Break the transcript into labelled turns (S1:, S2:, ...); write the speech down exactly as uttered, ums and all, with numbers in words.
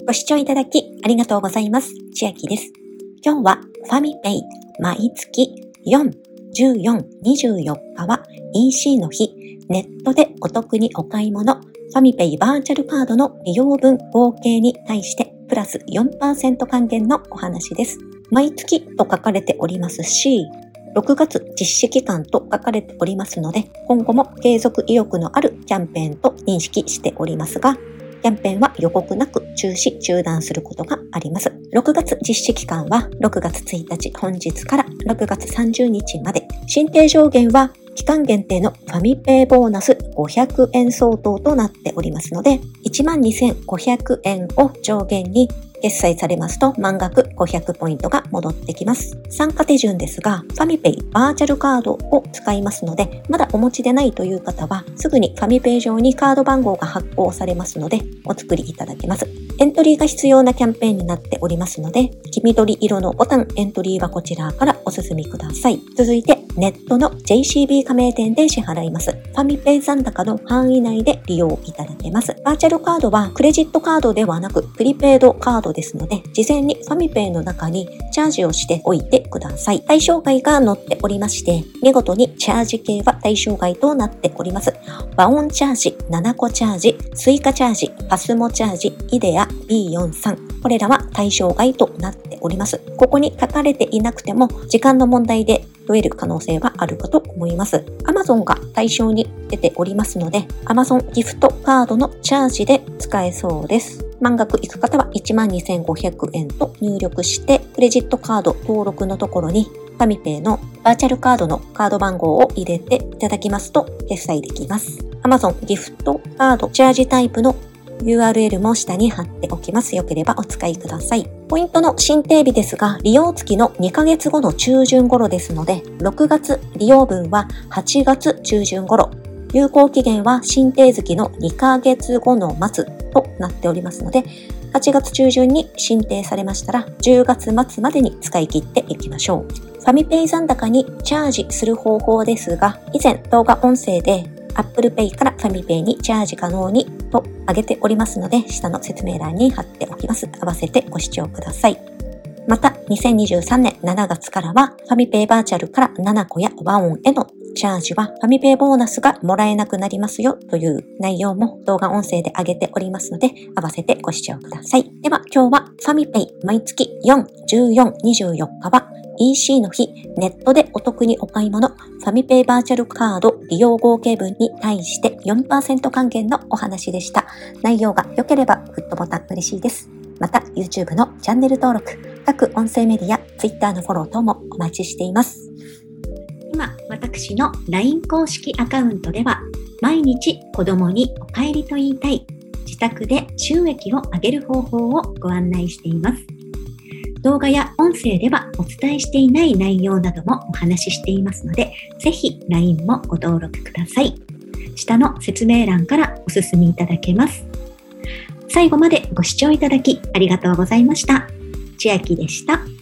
S1: ご視聴いただきありがとうございます。千秋です。今日はファミペイ毎月よん、じゅうよん、にじゅうよっかは イーシー の日、ネットでお得にお買い物、ファミペイバーチャルカードの利用分合計に対してプラス よんパーセント 還元のお話です。毎月と書かれておりますし、ろくがつ実施期間と書かれておりますので、今後も継続意欲のあるキャンペーンと認識しておりますが、キャンペーンは予告なく中止中断することがあります。ろくがつ実施期間はろくがつついたち本日からろくがつさんじゅうにちまで。申請上限は期間限定のファミペイボーナスごひゃくえん相当となっておりますので、いちまんにせんごひゃくえんを上限に決済されますと満額ごひゃくポイントが戻ってきます。参加手順ですが、ファミペイバーチャルカードを使いますので、まだお持ちでないという方は、すぐにファミペイ上にカード番号が発行されますので、お作りいただけます。エントリーが必要なキャンペーンになっておりますので、黄緑色のボタンエントリーはこちらからお進みください。続いて、ネットの ジェイシービー 加盟店で支払います。ファミペイ残高の範囲内で利用いただけます。バーチャルカードはクレジットカードではなく、プリペイドカードですので、事前にファミペイの中にチャージをしておいてください。対象外が載っておりまして、見事にチャージ系は対象外となっております。和音チャージ、ななこチャージ、スイカチャージ、パスモチャージ、イデア ビーよんじゅうさん。これらは対象外となっております。ここに書かれていなくても、時間の問題で増える可能性はあるかと思います。Amazon が対象に出ておりますので、Amazon ギフトカードのチャージで使えそうです。満額いく方はいちまんにせんごひゃくえんと入力して、クレジットカード登録のところに、ファミペイのバーチャルカードのカード番号を入れていただきますと決済できます。Amazon ギフトカードチャージタイプの ユーアールエル も下に貼っておきます。よければお使いください。ポイントの申請日ですが、利用月のにかげつごの中旬頃ですので、ろくがつ利用分ははちがつ中旬頃、有効期限は申請月のにかげつごの末となっておりますので、はちがつ中旬に申請されましたら、じゅうがつ末までに使い切っていきましょう。ファミペイ残高にチャージする方法ですが、以前動画音声で Apple Pay からファミペイにチャージ可能にと挙げておりますので、下の説明欄に貼っておきます。合わせてご視聴ください。また、にせんにじゅうさんねんしちがつからは、ファミペイバーチャルからななこや和音へのチャージはファミペイボーナスがもらえなくなりますよという内容も動画音声で上げておりますので、合わせてご視聴ください。では今日はファミペイ毎月よん、じゅうよん、にじゅうよっかは イーシー の日、ネットでお得にお買い物、ファミペイバーチャルカード利用合計分に対して よんパーセント 還元のお話でした。内容が良ければグッドボタン嬉しいです。また YouTube のチャンネル登録、各音声メディア、Twitter のフォロー等もお待ちしています。今、私の ライン 公式アカウントでは、毎日子供にお帰りと言いたい、自宅で収益を上げる方法をご案内しています。動画や音声ではお伝えしていない内容などもお話ししていますので、ぜひ ライン もご登録ください。下の説明欄からお進みいただけます。最後までご視聴いただきありがとうございました。千秋でした。